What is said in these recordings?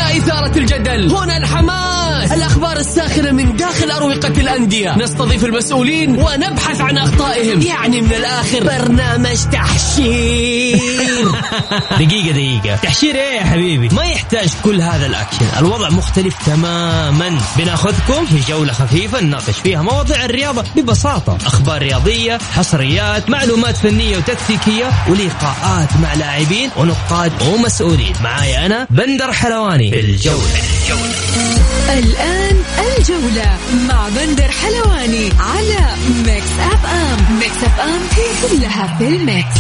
هنا إثارة الجدل، هنا الحماس، الأخبار الساخنة من داخل أروقة الأندية، نستضيف المسؤولين ونبحث عن أخطائهم. يعني من الآخر برنامج تحشير. دقيقة تحشير ايه يا حبيبي؟ ما يحتاج كل هذا الأكشن، الوضع مختلف تماما. بناخذكم في جولة خفيفة نناقش فيها مواضيع الرياضة ببساطة، أخبار رياضية، حصريات، معلومات فنية وتكتيكية، ولقاءات مع لاعبين ونقاد ومسؤولين. معايا أنا بندر حلواني في الجولة. الآن الجولة مع بندر حلواني على ميكس أف أم. ميكس أف أم هي كلها في الميكس.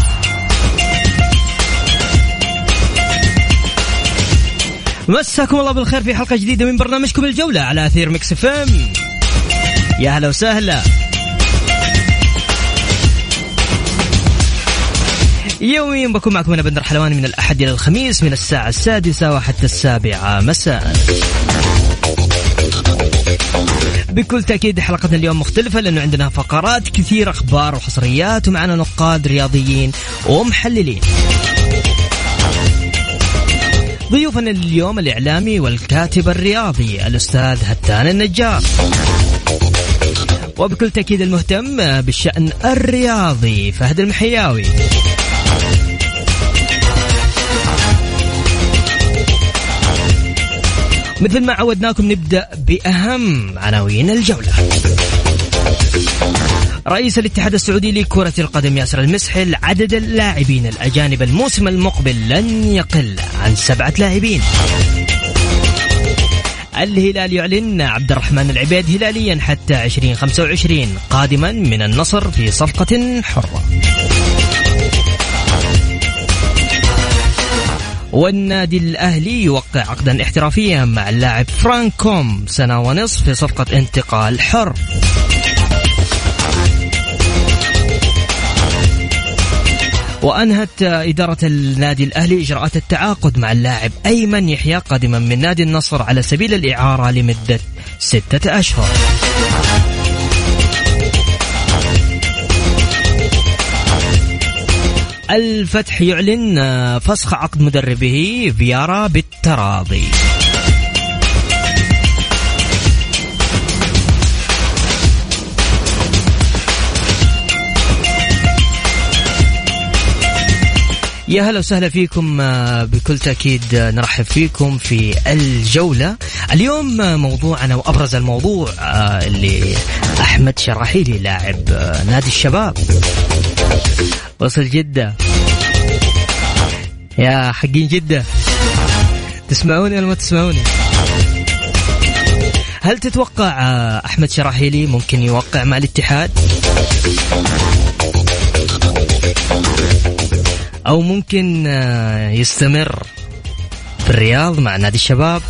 مساكم الله بالخير في حلقة جديدة من برنامجكم الجولة على أثير ميكس أف أم. يا هلا وسهلا. يوميا بكون معكم أنا بندر حلواني من الأحد إلى الخميس من الساعة 6 وحتى 7 مساء. بكل تأكيد حلقتنا اليوم مختلفة لأنه عندنا فقرات كثير، أخبار وحصريات، ومعنا نقاد رياضيين ومحللين. ضيوفنا اليوم الإعلامي والكاتب الرياضي الأستاذ هتان النجار، وبكل تأكيد المهتم بالشأن الرياضي فهد المحياوي. مثل ما عودناكم نبدأ بأهم عناوين الجولة. رئيس الاتحاد السعودي لكرة القدم ياسر المسحل، عدد اللاعبين الأجانب الموسم المقبل لن يقل عن 7 لاعبين. الهلال يعلن عبد الرحمن العبيد هلاليا حتى 2025 قادما من النصر في صفقة حرة. والنادي الأهلي يوقع عقدا احترافيا مع اللاعب فرانك كوم 1.5 سنة في صفقة انتقال حر. وأنهت إدارة النادي الأهلي إجراءات التعاقد مع اللاعب أيمن يحيى قادما من نادي النصر على سبيل الإعارة لمدة 6 أشهر. الفتح يعلن فسخ عقد مدربه فيارا بالتراضي. يا هلا وسهلا فيكم. بكل تأكيد نرحب فيكم في الجولة. اليوم موضوعنا وأبرز الموضوع اللي أحمد شراحيلي لاعب نادي الشباب وصل جدة. يا حقين جدة، تسمعوني ولا ما تسمعوني؟ هل تتوقع أحمد شراحيلي ممكن يوقع مع الاتحاد، أو ممكن يستمر في الرياض مع نادي الشباب،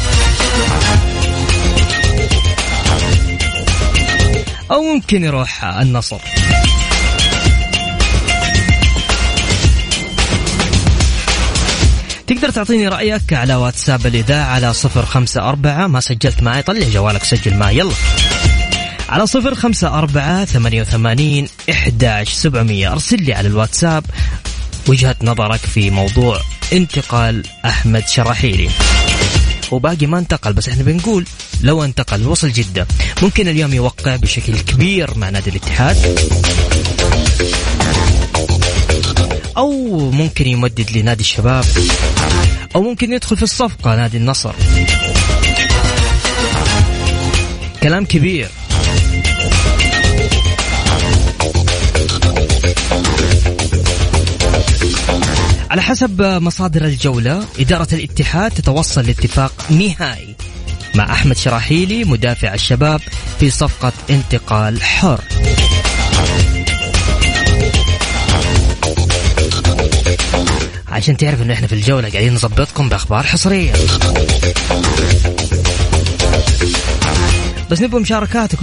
أو ممكن يروح النصر؟ تقدر تعطيني رأيك على واتساب الإذاعة على 054. ما سجلت معي؟ طلع جوالك سجل معي يلا على 054-88-11-700. أرسل لي على الواتساب وجهة نظرك في موضوع انتقال أحمد شراحيلي. وباقي ما انتقل، بس احنا بنقول لو انتقل وصل جدة ممكن اليوم يوقع بشكل كبير مع نادي الاتحاد، أو ممكن يمدد لنادي الشباب، أو ممكن يدخل في الصفقة نادي النصر. كلام كبير. على حسب مصادر الجولة، إدارة الاتحاد تتوصل لاتفاق نهائي مع أحمد شراحيلي مدافع الشباب في صفقة انتقال حر. عشان تعرف إنه إحنا في الجولة قاعدين نضبطكم بأخبار حصرية، بس نبغى مشاركاتكم.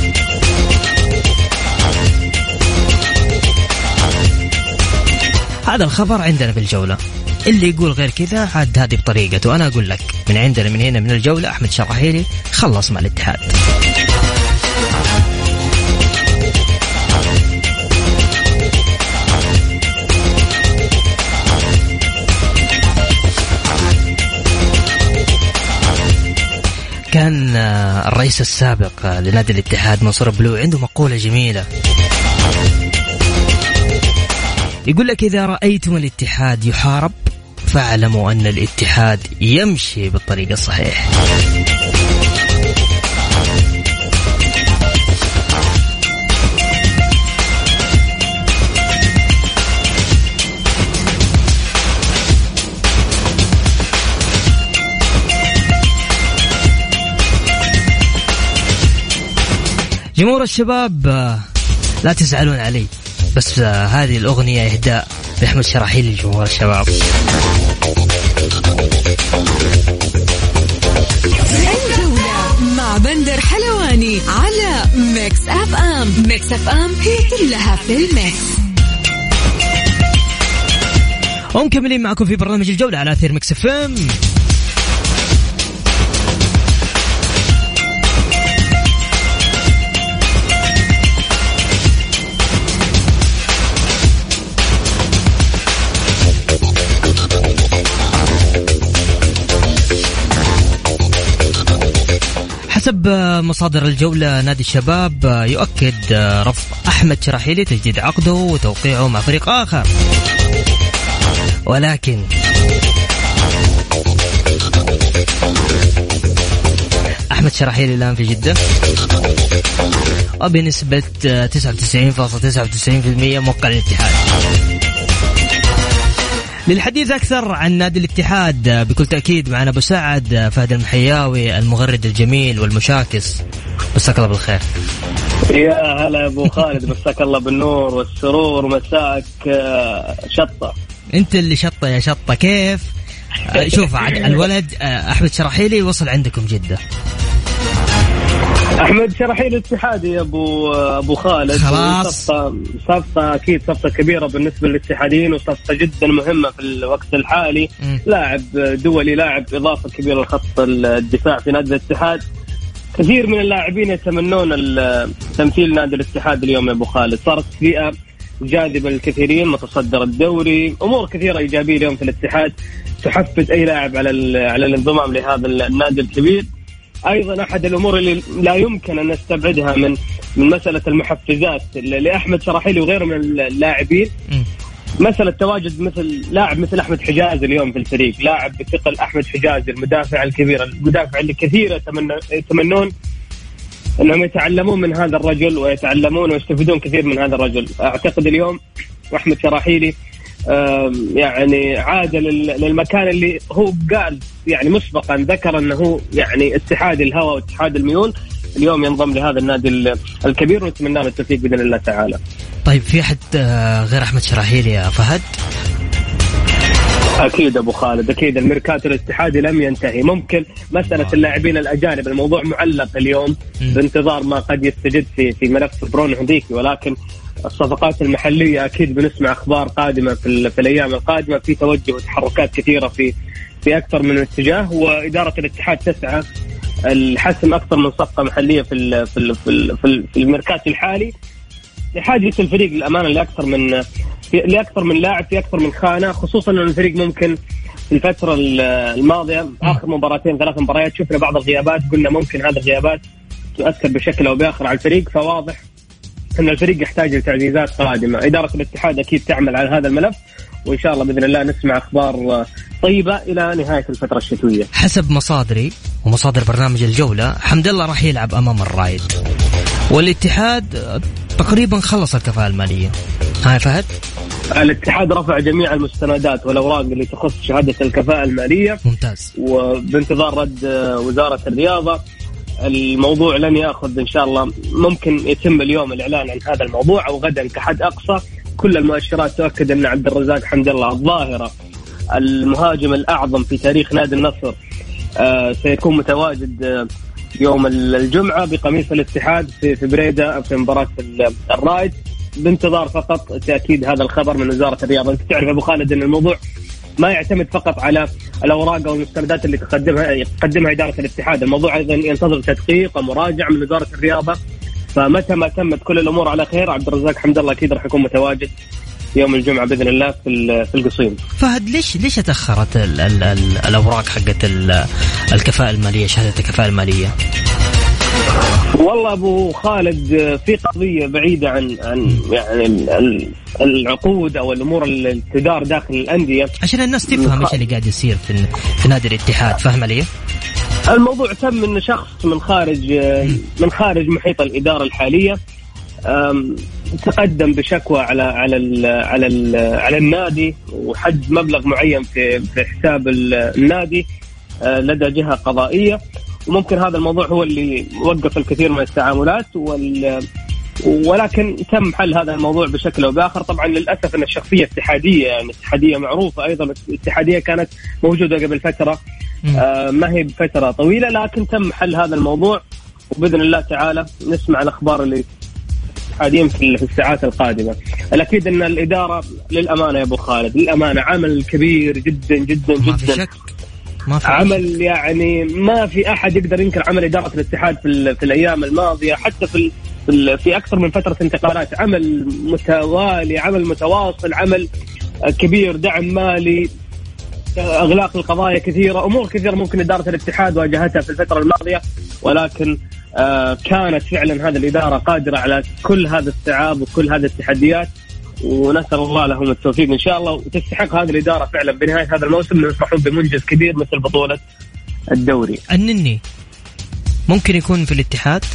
هذا الخبر عندنا في الجولة، اللي يقول غير كذا عاد هذه بطريقته. أنا أقول لك من عندنا من هنا من الجولة أحمد شراحيلي خلص مع الاتحاد. كان الرئيس السابق لنادي الاتحاد منصور بلوي عنده مقولة جميلة، يقول لك إذا رأيتم الاتحاد يحارب فاعلموا أن الاتحاد يمشي بالطريق الصحيح. جمهور الشباب لا تزعلون علي، بس هذه الأغنية إهداء لأحمد شراحيلي لجمهور الشباب. الجولة مع بندر حلواني على ميكس أف أم. ميكس أف أم هي كلها في الميكس. ومكملين معكم في برنامج الجولة على أثير ميكس أف أم. حسب مصادر الجولة نادي الشباب يؤكد رفض أحمد شراحيلي تجديد عقده وتوقيعه مع فريق آخر، ولكن أحمد شراحيلي الآن في جدة وبنسبة 99.99% موقع الاتحاد. للحديث أكثر عن نادي الاتحاد بكل تأكيد معنا أبو سعد فهد المحياوي المغرد الجميل والمشاكس. مساك الله بالخير. يا هلا أبو خالد، مساك الله بالنور والسرور، مساك شطة. أنت اللي شطة يا شطة. كيف شوف الولد أحمد شراحيلي وصل عندكم جدة؟ أحمد شراحيلي اتحادي يا أبو خالد. خلاص صفقة أكيد صفقة كبيرة بالنسبة للاتحاديين وصفقة جدا مهمة في الوقت الحالي. لاعب دولي، لاعب إضافة كبيرة لخط الدفاع في نادي الاتحاد. كثير من اللاعبين يتمنون تمثيل نادي الاتحاد اليوم يا أبو خالد. صارت بيئة جاذبة للكثيرين، متصدر الدوري، أمور كثيرة إيجابية اليوم في الاتحاد تحفز أي لاعب على الانضمام لهذا النادي الكبير. أيضا أحد الأمور اللي لا يمكن أن نستبعدها من مسألة المحفزات لأحمد شراحيلي وغيره من اللاعبين، مسألة تواجد لاعب مثل أحمد حجازي اليوم في الفريق، لاعب بثقل أحمد حجازي المدافع الكبير، المدافع اللي كثير يتمنون أنهم يتعلمون من هذا الرجل ويتعلمون ويستفيدون كثير من هذا الرجل. أعتقد اليوم أحمد شراحيلي يعني عاد للمكان اللي هو قال يعني مسبقا ذكر أنه يعني اتحاد الهوى واتحاد الميول، اليوم ينضم لهذا النادي الكبير ونتمنى له التوفيق بإذن الله تعالى. طيب في أحد غير أحمد شراحيلي يا فهد؟ أكيد أبو خالد، أكيد الميركاتو الاتحادي لم ينتهي. ممكن مسألة اللاعبين الأجانب الموضوع معلق اليوم بانتظار ما قد يستجد في ملف برونو هنديكي، ولكن الصفقات المحلية أكيد بنسمع أخبار قادمة في الأيام القادمة، في توجه وتحركات كثيرة في أكثر من اتجاه، وإدارة الاتحاد تسعى الحسم أكثر من صفقة محلية في الميركاتو الحالي لحاجة الفريق للأمانة لأكثر من لاعب في أكثر من خانة، خصوصا أن الفريق ممكن في الفترة الماضية آخر 2-3 مباريات شفنا بعض الغيابات، قلنا ممكن هذه الغيابات تؤثر بشكل أو بآخر على الفريق، فواضح أن الفريق يحتاج لتعزيزات قادمة. إدارة الاتحاد أكيد تعمل على هذا الملف، وإن شاء الله بإذن الله نسمع أخبار طيبة إلى نهاية الفترة الشتوية. حسب مصادري ومصادر برنامج الجولة حمد الله راح يلعب أمام الرايد، والاتحاد تقريبا خلص الكفاءة المالية. هاي فهد؟ الاتحاد رفع جميع المستندات والأوراق اللي تخص شهادة الكفاءة المالية. ممتاز. وبانتظار رد وزارة الرياضة. الموضوع لن يأخذ إن شاء الله، ممكن يتم اليوم الإعلان عن هذا الموضوع أو غدا كحد أقصى. كل المؤشرات تؤكد أن عبد الرزاق حمد الله الظاهرة المهاجم الأعظم في تاريخ نادي النصر سيكون متواجد يوم الجمعة بقميص الاتحاد في بريدة في مباراة الرايد، بانتظار فقط تأكيد هذا الخبر من وزارة الرياضة. أنت تعرف أبو خالد أن الموضوع ما يعتمد فقط على الأوراق أو المستندات اللي تقدمها إدارة الاتحاد، الموضوع أيضا ينتظر تدقيق ومراجعة من وزارة الرياضة. فمتى ما تمت كل الأمور على خير عبد الرزاق حمد الله أكيد راح يكون متواجد يوم الجمعة بإذن الله في القصيم. فهد ليش تأخرت الأوراق حقت الكفاءة المالية، شهادة الكفاءة المالية؟ والله أبو خالد في قضية بعيدة عن يعني العقود أو الأمور اللي تدار داخل الأندية، عشان الناس تفهم إيش اللي قاعد يصير في نادي الاتحاد. فاهم علي؟ الموضوع تم من شخص من خارج محيط الإدارة الحالية تقدم بشكوى على النادي وحجز مبلغ معين في حساب النادي لدى جهة قضائية، وممكن هذا الموضوع هو اللي وقف الكثير من التعاملات ولكن تم حل هذا الموضوع بشكل أو بآخر. طبعا للأسف أن الشخصية اتحادية، يعني اتحادية معروفة أيضا، الاتحادية كانت موجودة قبل فترة ما هي بفترة طويلة، لكن تم حل هذا الموضوع وبإذن الله تعالى نسمع الأخبار اللي حاليا في الساعات القادمة. الأكيد أن الإدارة للأمانة يا أبو خالد، للأمانة عمل كبير جدا جدا جدا، عمل يعني ما في أحد يقدر ينكر عمل إدارة الاتحاد في الأيام الماضية، حتى في أكثر من فترة انتقالات، عمل متوالي، عمل متواصل، عمل كبير، دعم مالي، أغلاق القضايا كثيرة، أمور كثيرة ممكن إدارة الاتحاد واجهتها في الفترة الماضية، ولكن كانت فعلا هذه الإدارة قادرة على كل هذا التعب وكل هذه التحديات، ونسأل الله لهم التوفيق إن شاء الله. وتستحق هذه الإدارة فعلا بنهاية هذا الموسم أن يصبحون بمنجز كبير مثل بطولة الدوري. النني ممكن يكون في الاتحاد؟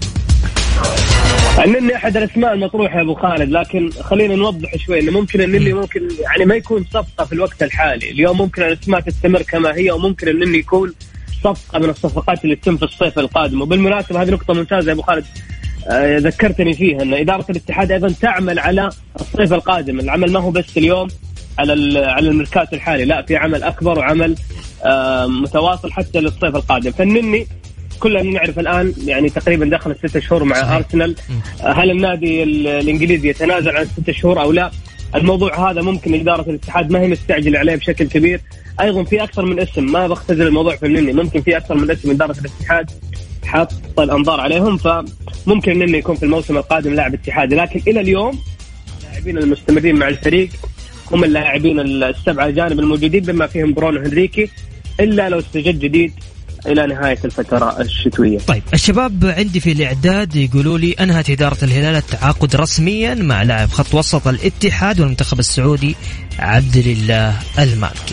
النني أحد الأسماء المطروحة يا أبو خالد، لكن خلينا نوضح شوي إنه ممكن النني ممكن يعني ما يكون صفقة في الوقت الحالي. اليوم ممكن الأسماء تستمر كما هي، وممكن النني يكون صفقة من الصفقات اللي تتم في الصيف القادم. وبالمناسبة هذه نقطة ممتازة يا أبو خالد ذكرتني فيها، أن إدارة الاتحاد أيضا تعمل على الصيف القادم. العمل ما هو بس اليوم على الميركاتو الحالي، لا، في عمل أكبر وعمل متواصل حتى للصيف القادم. فالنني كلنا نعرف الآن يعني تقريبا دخل 6 شهور مع أرسنال. هل النادي الإنجليزي يتنازل عن 6 شهور أو لا؟ الموضوع هذا ممكن إدارة الاتحاد ما هي مستعجل عليه بشكل كبير. أيضا في أكثر من اسم، ما بختزل الموضوع في النني، ممكن في أكثر من اسم إدارة الاتحاد حط الأنظار عليهم، فممكن النني يكون في الموسم القادم لاعب اتحادي. لكن إلى اليوم اللاعبين المستمرين مع الفريق هم اللاعبين السبعة الأجانب الموجودين بما فيهم برونو هنريكي، إلا لو استجد جديد إلى نهاية الفترة الشتوية. طيب الشباب عندي في الإعداد يقولوا لي أنهت إدارة الهلال التعاقد رسميا مع لاعب خط وسط الاتحاد والمنتخب السعودي عبد الله المالكي.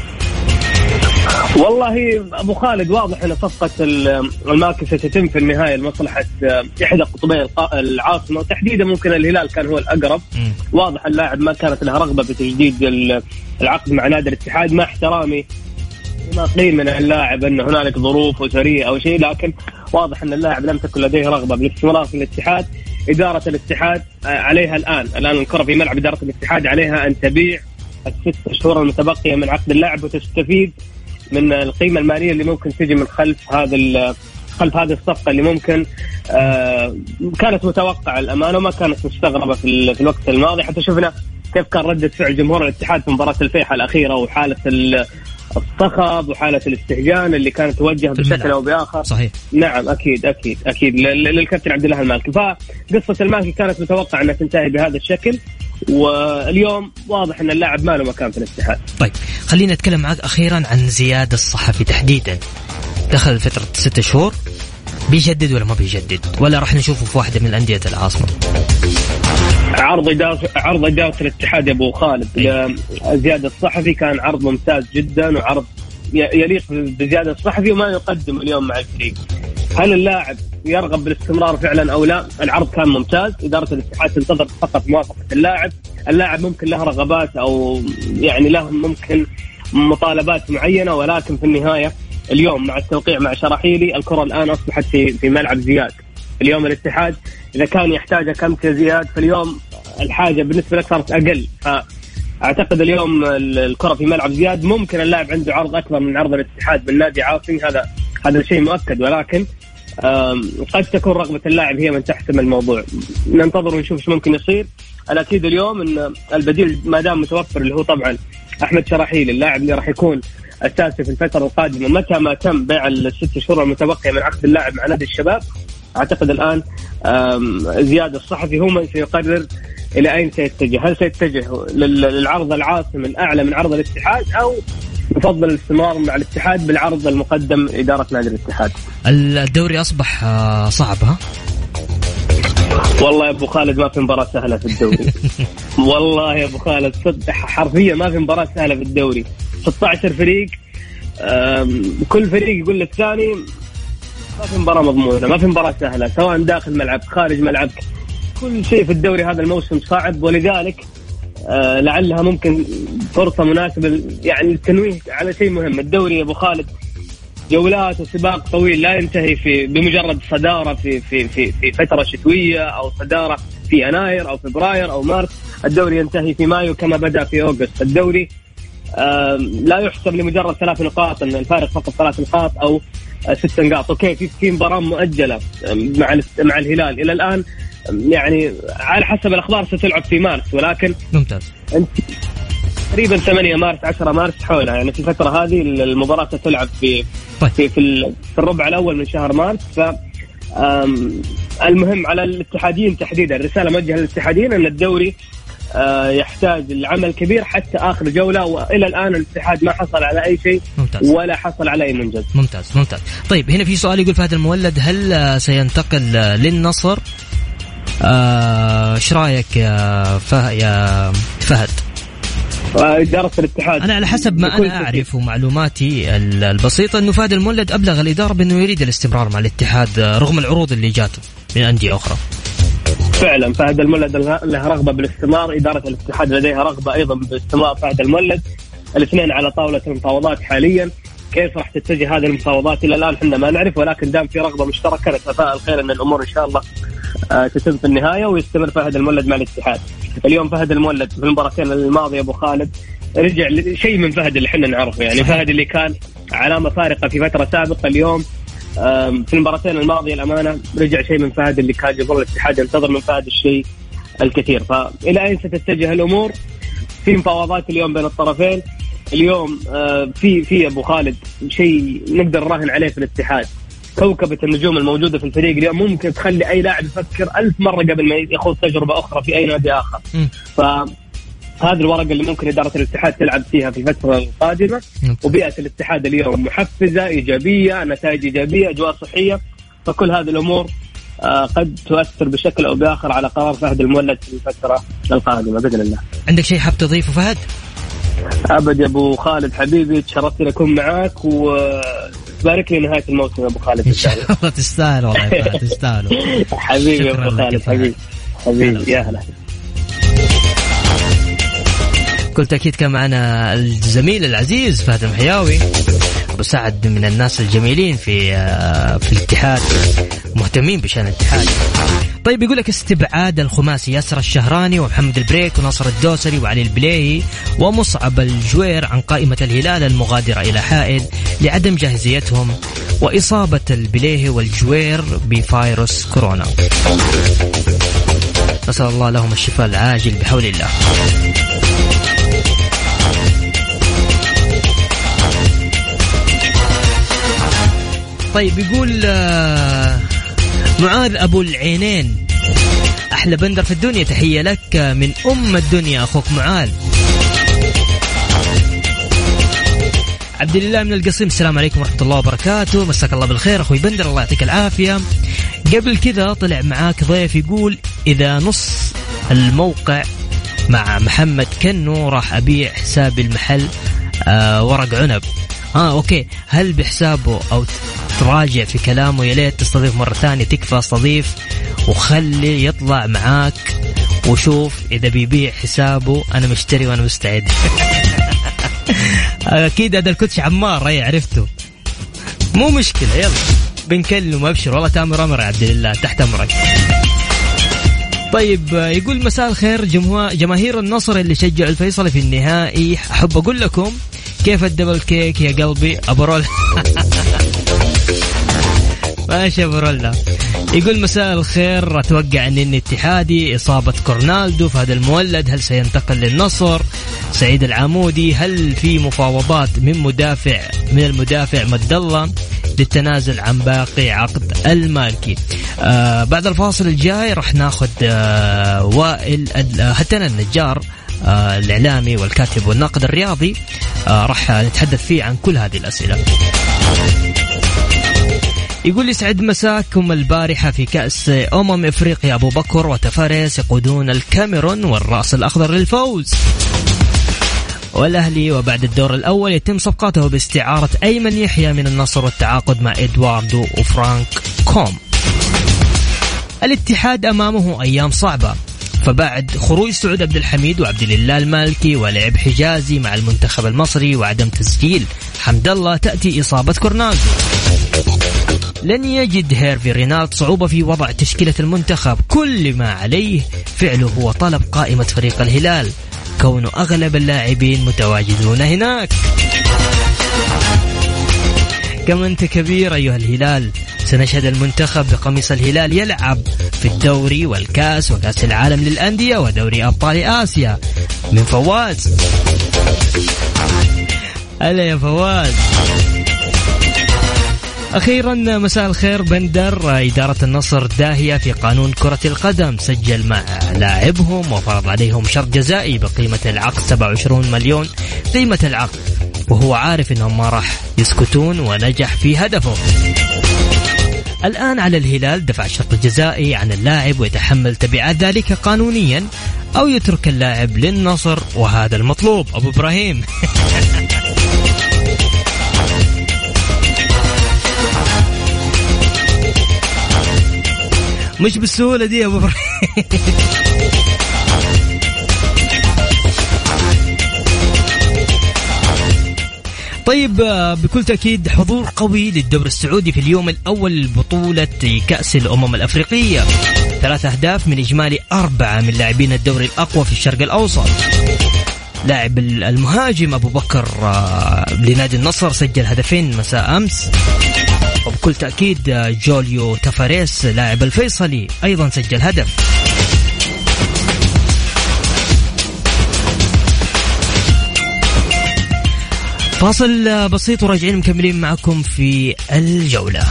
والله أبو خالد واضح أن صفقة المالكي ستتم في النهاية لمصلحة إحدى قطبي العاصمة، وتحديدا ممكن الهلال كان هو الأقرب. واضح اللاعب ما كانت له رغبة بتجديد العقد مع نادي الاتحاد، مع احترامي ما قيل من اللاعب أن هنالك ظروف أسرية أو شيء، لكن واضح أن اللاعب لم تكن لديه رغبة بالاستمرار في الاتحاد. إدارة الاتحاد عليها الآن الكرة في ملعب إدارة الاتحاد، عليها أن تبيع 6 شهور المتبقية من عقد اللاعب وتستفيد من القيمة المالية اللي ممكن تجي من خلف هذه الصفقة اللي ممكن كانت متوقعة الأمانة وما كانت مستغربة في الوقت الماضي. حتى شفنا كيف كان ردة فعل جمهور الاتحاد في مباراة الفيحة الأخيرة، وحالة الصخب وحالة الاستهجان اللي كانت توجه بشكل أو بآخر. صحيح. نعم أكيد للكابتن عبد الله المالكي. فقصة المالكي كانت متوقعة أنها تنتهي بهذا الشكل، واليوم واضح أن اللاعب ما له مكان في الاتحاد. طيب خلينا نتكلم معك أخيرا عن زياد الصحفي تحديدا. دخل فترة 6 شهور، بيجدد ولا ما بيجدد، ولا راح نشوفه في واحدة من أندية العاصمة؟ عرض إدارة الاتحاد يا أبو خالد لزياد الصحفي كان عرض ممتاز جدا، وعرض يليق بزياد الصحفي وما يقدم اليوم مع الفريق. هل اللاعب يرغب بالاستمرار فعلا أو لا؟ العرض كان ممتاز، إدارة الاتحاد تنتظر فقط موافقة اللاعب ممكن له رغبات أو يعني له ممكن مطالبات معينة، ولكن في النهاية اليوم مع التوقيع مع شراحيلي الكرة الآن أصبحت في ملعب زياد. اليوم الاتحاد إذا كان يحتاج كمك زياد، فاليوم الحاجة بالنسبة لك صارت أقل. فأعتقد اليوم الكرة في ملعب زياد، ممكن اللاعب عنده عرض أكبر من عرض الاتحاد من نادي عاصمي، هذا شيء مؤكد، ولكن قد تكون رغبة اللاعب هي من تحسم الموضوع. ننتظر ونشوف ايش ممكن يصير. الأكيد اليوم أن البديل ما دام متوفر اللي هو طبعا أحمد شراحيلي، اللاعب اللي راح يكون أساسي في الفترة القادمة متى ما تم بيع 6 شهور المتبقية من عقد اللاعب مع نادي الشباب. أعتقد الآن زياد الصحفي هو من سيقرر إلى أين سيتجه؟ هل سيتجه للعرض العاصم الأعلى من عرض الاتحاد، أو يفضل الاستمرار مع الاتحاد بالعرض المقدم إدارة نادي الاتحاد؟ الدوري أصبح صعب. ها والله يا أبو خالد ما في مباراة سهلة في الدوري. والله يا أبو خالد صدق حرفيا ما في مباراة سهلة في الدوري. 16 فريق، كل فريق يقول للثاني ما في مباراة مضمونة، ما في مباراة سهلة، سواء داخل ملعب خارج ملعب. كل شيء في الدوري هذا الموسم صعب، ولذلك لعلها ممكن فرصة مناسبة يعني التنويه على شيء مهم. الدوري يا أبو خالد جولات وسباق طويل لا ينتهي بمجرد صدارة في فترة شتوية أو صدارة في يناير أو فبراير أو مارس. الدوري ينتهي في مايو كما بدأ في أغسطس. الدوري لا يحسب لمجرد 3 نقاط، أن الفارق فقط 3 نقاط أو 6 نقاط. أوكي في مباراة مؤجلة مع الهلال إلى الآن، يعني على حسب الأخبار ستلعب في مارس، ولكن ممتاز أنت تقريبا 8 مارس 10 مارس حولها، يعني في الفترة هذه المباراة ستلعب في الربع الأول من شهر مارس. فالمهم على الاتحادين تحديدا، الرسالة موجهة للاتحادين أن الدوري يحتاج العمل كبير حتى آخر جولة، وإلى الآن الاتحاد ما حصل على أي شيء. ممتاز. ولا حصل على أي منجز. ممتاز. طيب هنا في سؤال يقول فهد المولد هل سينتقل للنصر؟ ايش رايك يا فهد؟ إدارة الاتحاد، أنا على حسب ما أنا أعرف ومعلوماتي البسيطة أنه فهد المولد أبلغ الإدارة بأنه يريد الاستمرار مع الاتحاد رغم العروض اللي جاته من أندية أخرى. فعلا فهد المولد له رغبة بالاستمرار، إدارة الاتحاد لديها رغبة أيضا باستمرار فهد المولد. الاثنين على طاولة المفاوضات حاليا. كيف راح تتجه هذه المفاوضات إلى الآن احنا ما نعرف، ولكن دام في رغبة مشتركة نتفائل خير أن الأمور إن شاء الله تتم في النهاية ويستمر فهد المولد مع الاتحاد. اليوم فهد المولد في المباراتين الماضية أبو خالد رجع شيء من فهد اللي احنا نعرفه، يعني فهد اللي كان علامة فارقة في فترة سابقة، اليوم في المباراتين الماضية الأمانة رجع شيء من فهد اللي كان جمهور الاتحاد ينتظر من فهد الشيء الكثير. فإلى أين ستتجه الأمور؟ في مفاوضات اليوم بين الطرفين. اليوم في أبو خالد شيء نقدر نراهن عليه في الاتحاد، كوكبة النجوم الموجودة في الفريق اليوم ممكن تخلي أي لاعب يفكر 1000 مرة قبل ما يخوض تجربة أخرى في أي نادي آخر. فهذه الورقة اللي ممكن إدارة الاتحاد تلعب فيها في الفترة القادمة. وبيئة الاتحاد اليوم محفزة إيجابية، نتائج إيجابية، أجواء صحية، فكل هذه الأمور قد تؤثر بشكل أو بآخر على قرار فهد المولد في الفترة القادمة بإذن الله. عندك شيء حاب تضيفه فهد؟ أبد يا أبو خالد حبيبي، تشرفت لكم معاك وبارك لي نهاية الموسم يا أبو خالد. إن شاء الله تستاهل والله تستاهل حبيبي يا أبو خالد حبيبي يا هلا. كل تأكيد كان معنا الزميل العزيز فهد المحياوي، أبو سعد من الناس الجميلين في الاتحاد، مهتمين بشأن الاتحاد. طيب يقول لك استبعاد الخماسي ياسر الشهراني ومحمد البريك وناصر الدوسري وعلي البليهي ومصعب الجوير عن قائمة الهلال المغادرة إلى حائل لعدم جاهزيتهم وإصابة البليهي والجوير بفيروس كورونا. نسأل الله لهم الشفاء العاجل بحول الله. طيب يقول معاذ أبو العينين أحلى بندر في الدنيا، تحية لك من أم الدنيا أخوك معاذ. عبد الله من القصيم، السلام عليكم ورحمة الله وبركاته، مساك الله بالخير أخوي بندر، الله يعطيك العافية. قبل كذا طلع معاك ضيف يقول إذا نص الموقع مع محمد كنو راح أبيع حساب المحل ورق عنب. أوكي، هل بحسابه أو تراجع في كلامه؟ يا ليت تستضيف مرة ثانية، تكفى استضيف وخلي يطلع معاك وشوف إذا بيبيع حسابه. أنا مشتري وأنا مستعد. أكيد هذا الكوتش عمار، أي عرفته، مو مشكلة، يلا بنكلم أبشر والله. تامر أمر يا عبد الله، تحت أمرك. طيب يقول مساء الخير جماهير النصر اللي شجعوا الفيصلي في النهائي، أحب أقول لكم كيف الدبل كيك يا قلبي أبو رول. ماشي أبو رول. يقول مساء الخير، أتوقع أن اتحادي إصابة كورنالدو فهد المولد، هل سينتقل للنصر؟ سعيد العمودي، هل في مفاوضات من المدافع مد الله للتنازل عن باقي عقد المالكي. بعد الفاصل الجاي راح ناخذ وائل هتنا النجار الإعلامي والكاتب والناقد الرياضي، راح نتحدث فيه عن كل هذه الأسئلة. يقول لي سعد مساكم البارحة في كأس أفريقيا أبو بكر وتفاريس يقودون الكاميرون والرأس الأخضر للفوز، والأهلي وبعد الدور الأول يتم صفقاته باستعارة أيمن يحيى من النصر والتعاقد مع إدواردو وفرانك كوم. الاتحاد أمامه أيام صعبة، فبعد خروج سعود عبد الحميد وعبد الله المالكي ولعب حجازي مع المنتخب المصري وعدم تسجيل حمد الله تأتي إصابة كورنازو. لن يجد هيرفي رينالد صعوبة في وضع تشكيلة المنتخب، كل ما عليه فعله هو طلب قائمة فريق الهلال كون أغلب اللاعبين متواجدون هناك. كم أنت كبير أيها الهلال، سنشهد المنتخب بقميص الهلال يلعب في الدوري والكاس وكاس العالم للأندية ودوري أبطال آسيا. من فواز. هلا يا فواز. أخيرا مساء الخير بندر، إدارة النصر داهية في قانون كرة القدم، سجل مع لاعبهم وفرض عليهم شرط جزائي بقيمة العقد 27 مليون قيمة العقد، وهو عارف أنهم ما راح يسكتون ونجح في هدفه. الآن على الهلال دفع الشرط الجزائي عن اللاعب ويتحمل تبعات ذلك قانونيا أو يترك اللاعب للنصر، وهذا المطلوب. أبو إبراهيم مش بالسهولة دي يا أبو إبراهيم. طيب بكل تأكيد حضور قوي للدوري السعودي في اليوم الأول لبطولة كأس الأمم الأفريقية، 3 أهداف من إجمالي 4 من لاعبين الدوري الأقوى في الشرق الأوسط. لاعب المهاجم أبو بكر لنادي النصر سجل هدفين مساء أمس، وبكل تأكيد جوليو تفاريس لاعب الفيصلي أيضا سجل هدف. فاصل بسيط وراجعين مكملين معكم في الجولة.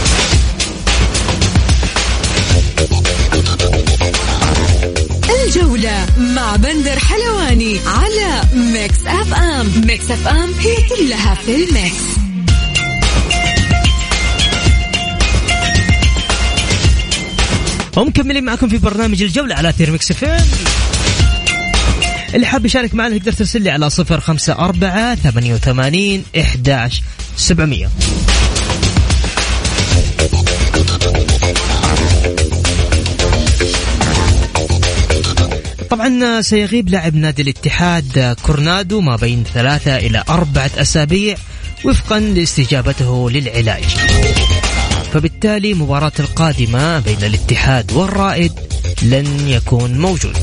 الجولة مع بندر حلواني على ميكس أف أم. ميكس أف أم هي كلها في الميكس. ومكملين معكم في برنامج الجولة على أثير ميكس أف أم. اللي حاب يشارك معنا تقدر ترسل لي على 0548811700. طبعا سيغيب لاعب نادي الاتحاد كورنادو ما بين 3 إلى 4 أسابيع وفقا لاستجابته للعلاج، فبالتالي مباراة القادمة بين الاتحاد والرائد لن يكون موجود.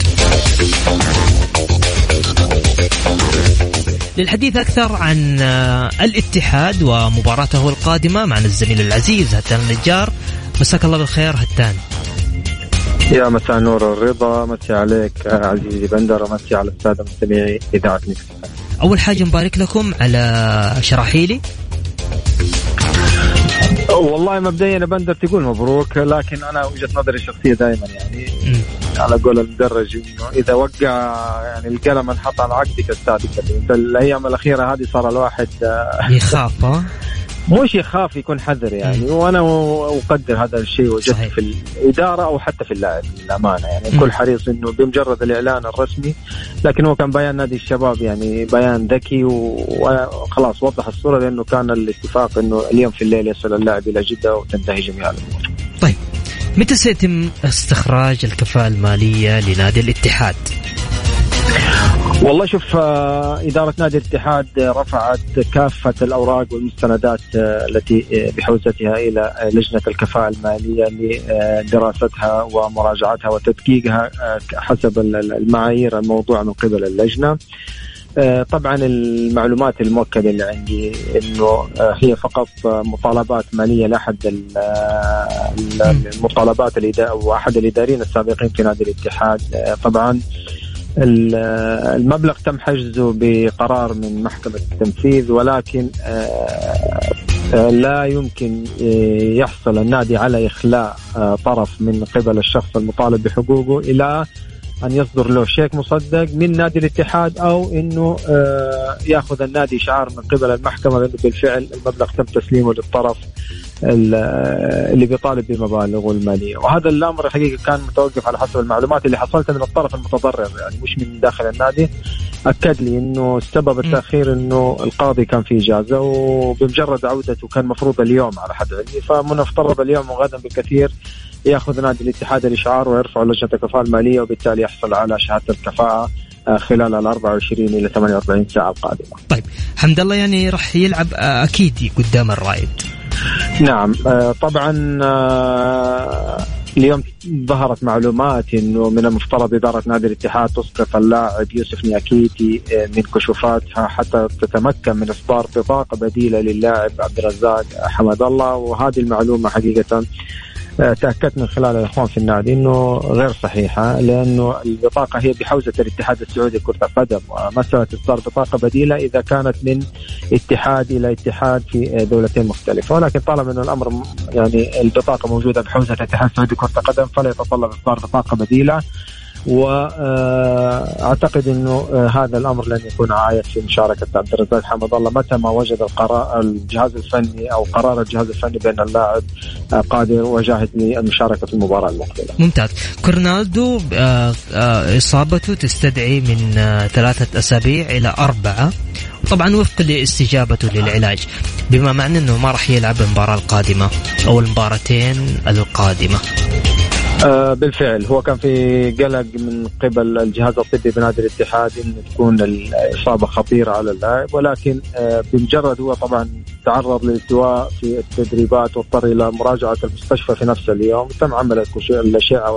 للحديث أكثر عن الاتحاد ومباراته القادمة معنا الزميل العزيز هتان النجار. مساك الله بالخير هتان. يا مساء نور الرضا، مسي عليك عزيزي بندر، ومسي على السادة مستمعي إذاعة ميكس. أول حاجة مبارك لكم على شراحيلي. والله مبدئيا بندر تقول مبروك، لكن أنا وجهة نظري الشخصية دائما يعني على قول المدرج إنه إذا وقع يعني القلم انحط على عقدك السادك. الأيام الأخيرة هذه صار الواحد يخاف، مش يخاف، يكون حذر يعني. وأنا أقدر هذا الشيء وجدته في الإدارة أو حتى في اللاعب للأمانة يعني. كل حريص إنه بمجرد الإعلان الرسمي، لكن هو كان بيان نادي الشباب يعني بيان ذكي وخلاص وضح الصورة، لأنه كان الاتفاق إنه اليوم في الليل يصل اللاعب إلى جدة وتنتهي جميع الأمور. طيب متى سيتم استخراج الكفاءة المالية لنادي الاتحاد؟ والله شوف، إدارة نادي الاتحاد رفعت كافة الأوراق والمستندات التي بحوزتها إلى لجنة الكفاءة المالية لدراستها ومراجعتها وتدقيقها حسب المعايير الموضوعة من قبل اللجنة. طبعا المعلومات المؤكدة اللي عندي إنه هي فقط مطالبات مالية لأحد المطالبات وأحد الإداريين السابقين في نادي الاتحاد. طبعا المبلغ تم حجزه بقرار من محكمة التنفيذ، ولكن لا يمكن يحصل النادي على إخلاء طرف من قبل الشخص المطالب بحقوقه إلى أن يصدر له شيك مصدق من نادي الاتحاد، أو أنه يأخذ النادي إشعار من قبل المحكمة بأنه بالفعل المبلغ تم تسليمه للطرف اللي بيطالب بمبالغه المالية. وهذا الأمر الحقيقة كان متوقف على حسب المعلومات اللي حصلتها من الطرف المتضرر، يعني مش من داخل النادي. أكد لي أنه السبب التأخير أنه القاضي كان في إجازة، وبمجرد عودته كان مفروض اليوم على حد علمي، فمن افترض اليوم وغدا بالكثير يأخذ نادي الاتحاد الإشعار ويرفع لجنة الكفاءة المالية، وبالتالي يحصل على شهادة الكفاءة خلال 24 إلى 48 ساعة القادمة. طيب حمد الله يعني رح يلعب أكيد قدام الرائد. نعم طبعا اليوم ظهرت معلومات انه من المفترض اداره نادي الاتحاد تسقط اللاعب يوسف نياكيتي من كشوفاتها حتى تتمكن من اصدار بطاقه بديله للاعب عبد الرزاق حمد الله. وهذه المعلومه حقيقه تأكدت من خلال الإخوان في النادي أنه غير صحيحة، لأنه البطاقة هي بحوزة الاتحاد السعودي لكرة القدم، ومسألة إصدار بطاقة بديلة إذا كانت من اتحاد إلى اتحاد في دولتين مختلفة. ولكن طالما أنه الأمر يعني البطاقة موجودة بحوزة الاتحاد السعودي لكرة القدم فلا يتطلب إصدار بطاقة بديلة. وأعتقد أنه هذا الأمر لن يكون عائق في مشاركة عبد الرزاق حمد الله متى ما وجد الجهاز الفني أو قرار الجهاز الفني بأن اللاعب قادر وجاهز للمشاركة في المباراة المقبلة. ممتاز. كورنالدو إصابته تستدعي من 3 أسابيع إلى 4، طبعا وفق لاستجابته للعلاج، بما معنى أنه ما راح يلعب المباراة القادمة أو المباراتين القادمة. بالفعل هو كان في قلق من قبل الجهاز الطبي بنادي الاتحاد إن تكون الإصابة خطيرة على اللاعب، ولكن بمجرد هو طبعا تعرض للالتواء في التدريبات واضطر إلى مراجعة المستشفى في نفس اليوم، تم عمل الأشعة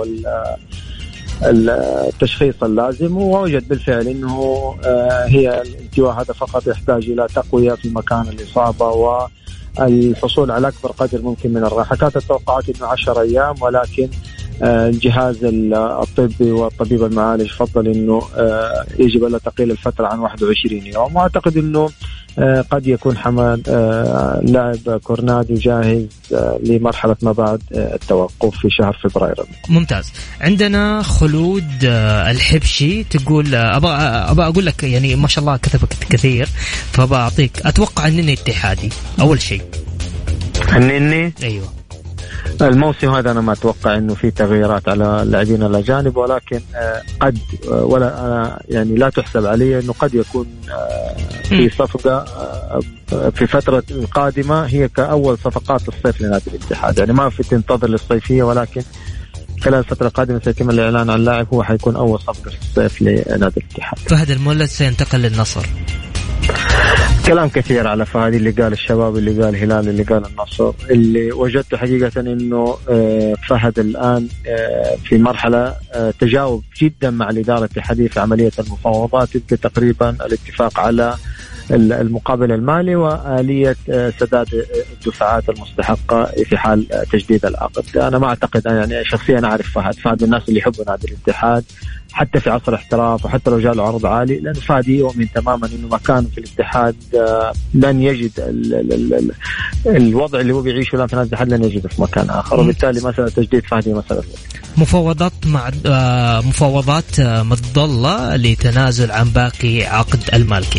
والتشخيص اللازم، ووجد بالفعل إنه هي الالتواء هذا فقط يحتاج إلى تقوية في مكان الإصابة والحصول على أكبر قدر ممكن من الراحة. كانت التوقعات إنه 10 أيام، ولكن الجهاز الطبي والطبيب المعالج فضل إنه يجب ألا تقل الفترة عن 21 يوم. وأعتقد إنه قد يكون حمد لاعب كورنادو جاهز لمرحلة ما بعد التوقف في شهر فبراير. ممتاز. عندنا خلود الحبشي تقول أبا أقول لك يعني ما شاء الله كتبك كثير، فأبا أعطيك أتوقع أنني اتحادي أول شيء. أنني أيوة الموسم هذا أنا ما أتوقع إنه في تغييرات على اللاعبين الأجانب، ولكن قد ولا يعني لا تحسب عليه إنه قد يكون في صفقة في فترة القادمة هي كأول صفقات الصيف لنادي الاتحاد، يعني ما في تنتظر للصيفية، ولكن خلال الفترة القادمة سيتم الإعلان عن اللاعب، هو حيكون أول صفقة في الصيف لنادي الاتحاد. فهد المولد سينتقل للنصر. كلام كثير على فهد، اللي قال الشباب، اللي قال هلال، اللي قال النصر. اللي وجدته حقيقة إنه فهد الآن في مرحلة تجاوب جدا مع الإدارة الاتحادية في عملية المفاوضات، يمكن تقريبا الاتفاق على المقابل المالي وآلية سداد الدفعات المستحقة في حال تجديد العقد. أنا ما أعتقد، يعني شخصيا أعرف فهد الناس اللي يحبوا نادي الاتحاد حتى في عصر احتراف، وحتى لو جاء له عرض عالي، لأن فهد يؤمن تماما إنه مكانه في الاتحاد لن يجد الوضع اللي هو بيعيشه الآن في نادي الاتحاد لن يجده في مكان آخر، وبالتالي مسألة تجديد فهد هي مسألة. مفاوضات مظلة لتنازل عن باقي عقد المالكي.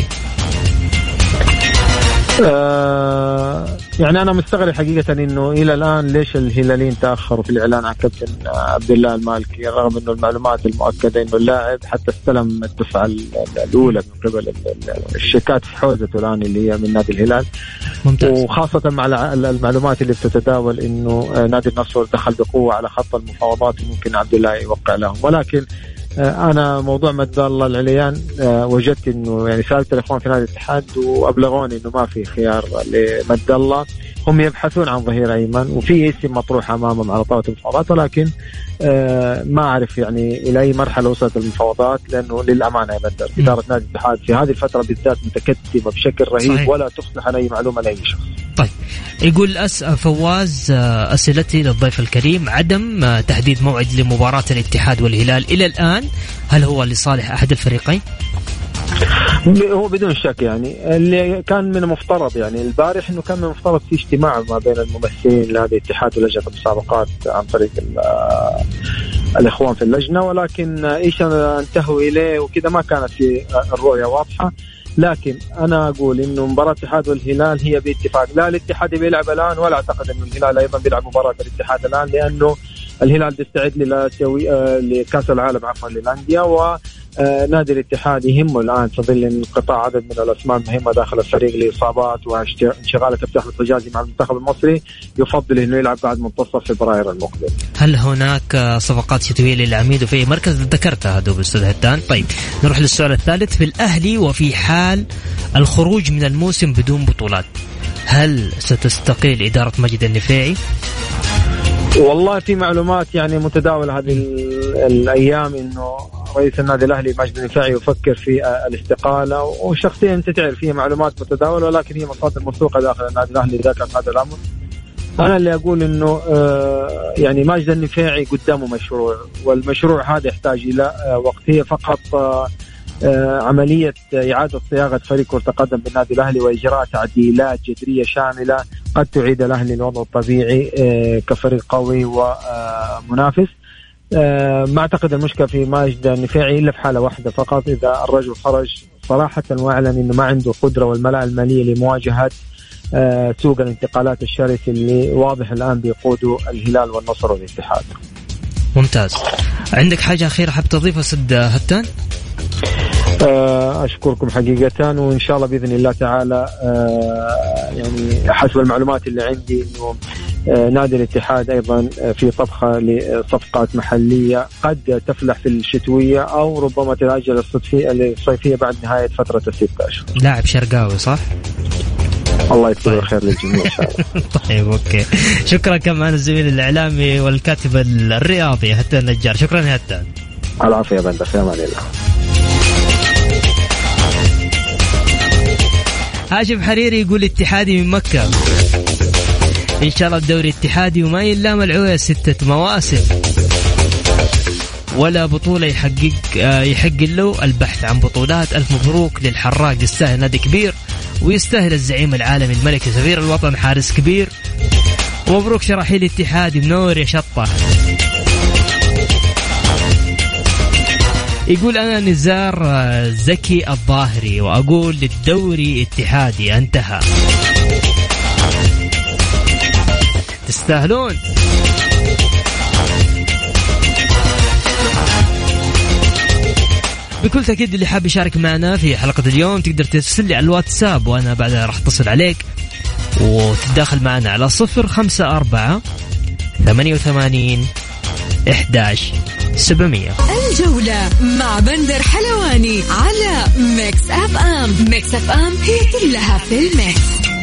يعني أنا مستغرب حقيقة إنه إلى الآن ليش الهلاليين تأخروا في الإعلان عن كابتن عبد الله المالكي، رغم إنه المعلومات المؤكدة إنه اللاعب حتى استلم الدفعة الأولى من قبل الشيكات في حوزته الآن اللي هي من نادي الهلال. ممتاز. وخاصة مع المعلومات اللي بتتداول إنه نادي النصر دخل بقوة على خط المفاوضات وممكن عبد الله يوقع لهم. ولكن أنا موضوع مد الله العليان وجدت إنه يعني سألت الإخوان في نادي الاتحاد وأبلغوني إنه ما في خيار لمد الله، هم يبحثون عن ظهير أيمن وفي اسم مطروح أمامهم على طاولة المفاوضات، ولكن ما أعرف يعني إلى أي مرحلة وصلت المفاوضات، لأنه للأمانة يا بدر إدارة نادي الاتحاد في هذه الفترة بالذات متكتمة بشكل رهيب. صحيح. ولا تفلح عن أي معلومة لأي شخص. طيب يقول فواز أسئلتي للضيف الكريم، عدم تحديد موعد لمباراة الاتحاد والهلال إلى الآن، هل هو لصالح أحد الفريقين؟ هو بدون شك يعني اللي كان من المفترض يعني البارح انه كان من المفترض في اجتماع ما بين الممثلين لهذا الاتحاد ولجنة المسابقات عن طريق الاخوان في اللجنة، ولكن ايش انتهوا اليه وكذا ما كانت في الرؤية واضحة. لكن انا اقول انه مباراة الاتحاد والهلال هي باتفاق، لا الاتحاد بيلعب الان ولا اعتقد انه الهلال ايضا بيلعب مباراة الاتحاد الان، لانه الهلال بيستعد لكأس العالم عفوا للأندية، ونادي الاتحاد يهمه الآن في ظل انقطاع عدد من الأسماء المهمة داخل الفريق لإصابات وانشغال كابتن أحمد حجازي مع المنتخب المصري، يفضل إنه يلعب بعد منتصف فبراير المقبل. هل هناك صفقات شتوية للعميد وفي أي مركز؟ ذكرتها دوب أستاذ هتان. طيب نروح للسؤال الثالث. في الأهلي وفي حال الخروج من الموسم بدون بطولات، هل ستستقيل إدارة مجد النفيعي؟ والله في معلومات يعني متداولة هذه الأيام إنه رئيس النادي الأهلي ماجد النفيعي يفكر في الاستقالة، وشخصيا أنت تعرف هي معلومات متداولة ولكن هي مصادر موثوقة داخل النادي الأهلي ذكر هذا الأمر. أنا اللي أقول إنه يعني ماجد النفيعي قدامه مشروع، والمشروع هذا يحتاج إلى وقت. هي فقط عملية إعادة صياغة فريق كرة القدم بالنادي الأهلي وإجراء تعديلات جذرية شاملة قد تعيد الأهلي الوضع الطبيعي كفريق قوي ومنافس. ما أعتقد المشكلة في ماجد النفيعي إلا في حالة واحدة فقط، إذا الرجل خرج صراحة وأعلن إنه ما عنده قدرة والملاءة المالية لمواجهة سوق الانتقالات الشرسي اللي واضح الآن بيقوده الهلال والنصر والاتحاد. ممتاز. عندك حاجة أخيرة حاب تضيفها سد هتان؟ أشكركم حقيقة، وإن شاء الله بإذن الله تعالى يعني حسب المعلومات اللي عندي إنه نادي الاتحاد أيضا في طبخة لصفقات محلية قد تفلح في الشتوية أو ربما تتأجل الصيفية بعد نهاية فترة 6 أشهر. لاعب شرقاوي صح؟ الله يكتب الخير للجميع إن شاء الله. طيب أوكي، شكرا كمان الزميل الإعلامي والكاتب الرياضي هتان النجار. شكرا يا هتان. العافية يا بندر، في أمان الله. هاشم حريري يقول اتحادي من مكة إن شاء الله الدوري اتحادي وما يلام العوية 6 مواسم ولا بطولة يحق له البحث عن بطولات. ألف مبروك للحراق، يستاهل نادي كبير ويستاهل الزعيم العالمي الملكي سفير الوطن حارس كبير. ومبروك شراحيل اتحادي، منور يا شطة. يقول أنا نزار زكي الظاهري وأقول للدوري اتحادي انتهى، تستاهلون. بكل تأكيد اللي حاب يشارك معنا في حلقة اليوم تقدر ترسل لي على الواتساب وأنا بعدها راح اتصل عليك وتتداخل معنا على 054 88 11 700. الجولة مع بندر حلواني على ميكس أف أم. ميكس أف أم هي كلها في الميكس.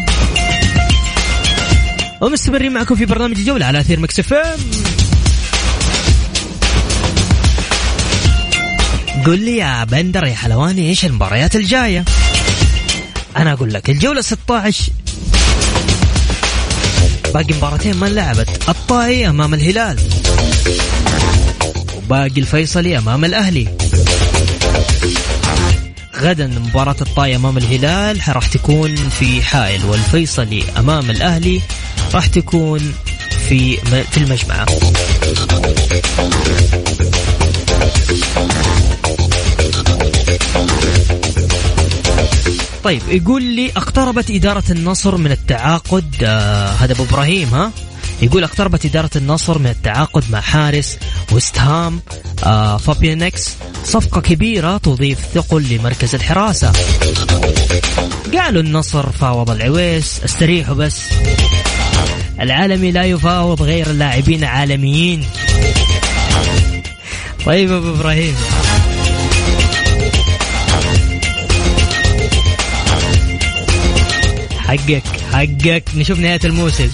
ومستمرين معكم في برنامج الجولة على أثير ميكس أف أم. قل لي يا بندر يا حلواني إيش المباريات الجاية؟ أنا أقول لك الجولة 16 باقي مباراتين ما لعبت. الطائي أمام الهلال وباقي الفيصلي أمام الأهلي. غدا مباراة الطائي أمام الهلال راح تكون في حائل، والفيصلي أمام الأهلي راح تكون في المجمعة. طيب يقول لي اقتربت إدارة النصر من التعاقد هذا أبو إبراهيم يقول اقتربت إدارة النصر من التعاقد مع حارس ويست هام فابيانكس، صفقة كبيرة تضيف ثقل لمركز الحراسة. قالوا النصر فاوض العويس، استريحوا بس، العالمي لا يفاوض غير اللاعبين عالميين. طيب أبو إبراهيم حقك نشوف نهاية الموسم.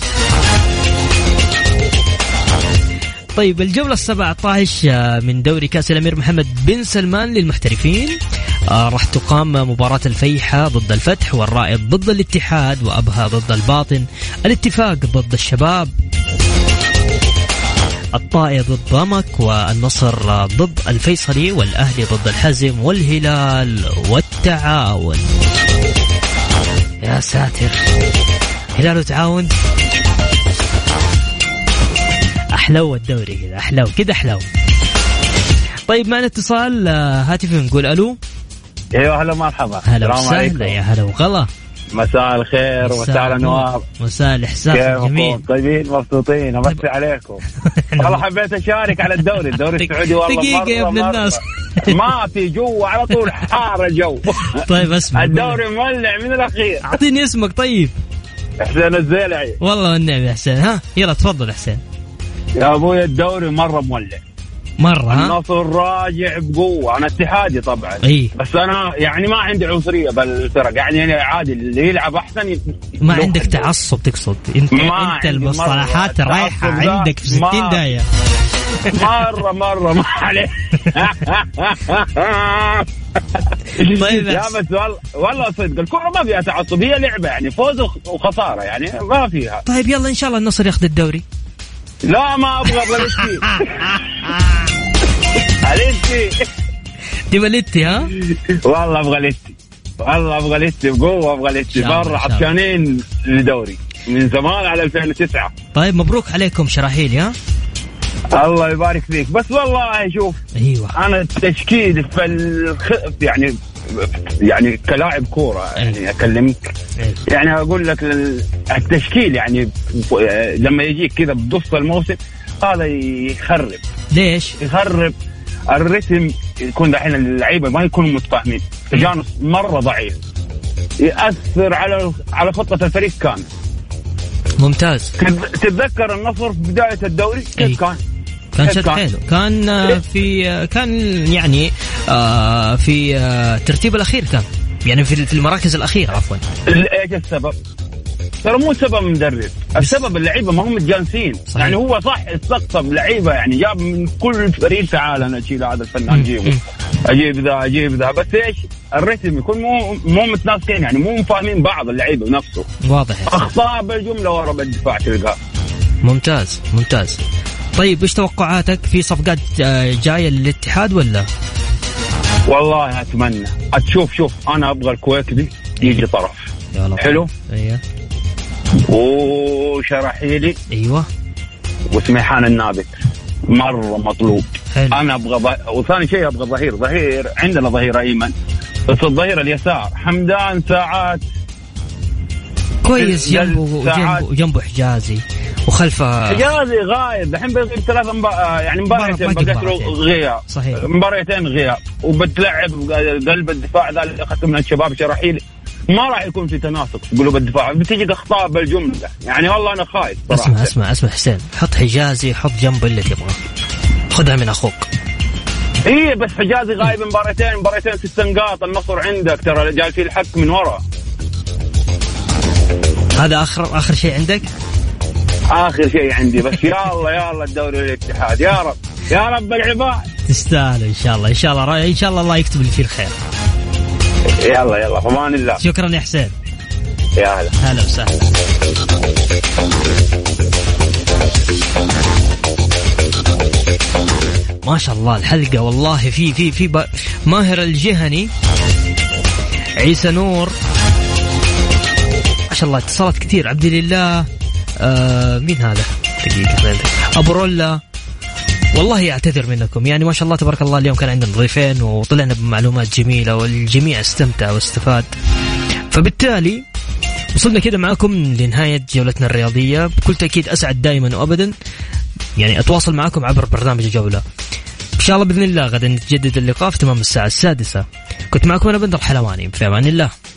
طيب الجولة 17 من دوري كأس الأمير محمد بن سلمان للمحترفين راح تقام مباراة الفيحة ضد الفتح، والرائد ضد الاتحاد، وأبها ضد الباطن، الاتفاق ضد الشباب، الطائي ضد ضمك، والنصر ضد الفيصلي، والأهلي ضد الحزم، والهلال تعاون. يا ساتر، هلال وتعاون أحلو الدوري كذا، أحلو كذا أحلو. طيب معنا اتصال هاتفي، نقول ألو. ايوه هلا مرحبا. هلا وسهلا، يا هلا وغلا. مساء الخير ومساء الانوار، مساء الاحساس الجميل. طيبين مبسوطين، امسي عليكم. والله حبيت اشارك على الدوري السعودي. والله دقيقة يا ابن الناس، ما في جو، على طول حار الجو. طيب اسمع، الدوري مولع من الاخير. اعطيني اسمك. طيب حسين الزيلعي. والله والنعم يا حسين. ها يلا تفضل حسين. يا ابوي الدوري مرة مولع مرة. النصر راجع بقوة. أنا اتحادي طبعا. بس أنا يعني ما عندي عنصرية بالفرق، يعني عادي اللي يلعب أحسن ما عندك تعصب تقصد انت المصطلحات رايحة عندك في 60 داية. مرة ما عليه. طيب يا بس والله صدق الكرة ما فيها تعصب، هي لعبة يعني فوز وخسارة، يعني ما فيها. طيب يلا إن شاء الله النصر ياخذ الدوري. لا ما أبغى بلتي. بلتي دي بلتي. ها والله أبغى لتي بقوة، أبغى لتي برا عطشانين لدوري من زمان على 2009. طيب مبروك عليكم شراحيل. ها الله يبارك فيك. بس والله شوف، ايوه انا التشكيل في يعني كلاعب كوره يعني اكلمك، يعني اقول لك التشكيل يعني لما يجيك كذا بنص الموسم هذا يخرب. ليش يخرب؟ الرتم يكون دحين اللعيبه ما يكونوا متفاهمين، تجانس مره ضعيف، يأثر على خطه الفريق كامل. ممتاز. تتذكر النصر في بداية الدوري كيف كان شد حيله، كان يعني في الترتيب الأخير، كان يعني في المراكز الأخيرة عفوا. ايش السبب؟ ترى مو سبب مدرب، السبب اللعيبة ما هم متجانسين. يعني هو صح استقطب لعيبة، يعني جاب من كل فريق، تعال أنا أشيل هذا الفنان أجيب ذا، بس إيش الرتم يكون مو متناسقين، يعني مو مفاهمين بعض اللعيبة نفسه. واضح. أخطاء بالجملة ورا بالدفاع تلقاه. ممتاز. طيب إيش توقعاتك في صفقات جاية للاتحاد ولا؟ والله أتمنى شوف أنا أبغى الكويكبي يجي طرف حلو. ايوه. وشراحيلي. ايوه. وسميحان النابت مرة مطلوب. حلو. أنا أبغى وثاني شيء أبغى ظهير عندنا ظهير أيمن، بس الظهير اليسار حمدان ساعات كويس، جنبه حجازي، وخلفه حجازي غايب الحين، بيغيب 3 يعني مباريتين بقت له غياب. صحيح. مباريتين غياب، وبتلعب قلب الدفاع ذا اللي أخذته من الشباب شراحيلي، ما راح يكون في تناسق في قلوب الدفاع، بتيجي أخطاء بالجملة. يعني والله أنا خايف صراحة. اسمع حسين، حط حجازي، حط جنبه اللي تبغاه، خذها من أخوك. إيه بس حجازي غايب مباريتين 6 نقاط، النصر عندك ترى جاي في الحق من ورا. هذا آخر شيء عندك؟ آخر شيء عندي بس. يا الله الدوري والاتحاد، يا رب العباد. تستاهل إن شاء الله الله يكتب لي فيه الخير. يلا فمان الله. شكرا يا حسين. يا هلا وسهلا. ما شاء الله الحلقة والله في ماهر الجهني، عيسى نور، ما شاء الله اتصالات كثير. عبد الله مين هذا؟ دقيقة. أبو رولا، والله أعتذر منكم، يعني ما شاء الله تبارك الله اليوم كان عندنا ضيفين وطلعنا بمعلومات جميلة والجميع استمتع واستفاد، فبالتالي وصلنا كده معكم لنهاية جولتنا الرياضية. بكل تأكيد أسعد دائما وأبدا يعني أتواصل معكم عبر برنامج الجولة. إن شاء الله بإذن الله غدا نتجدد اللقاء في تمام الساعة 6. كنت معكم أنا بندر حلواني، في أمان الله.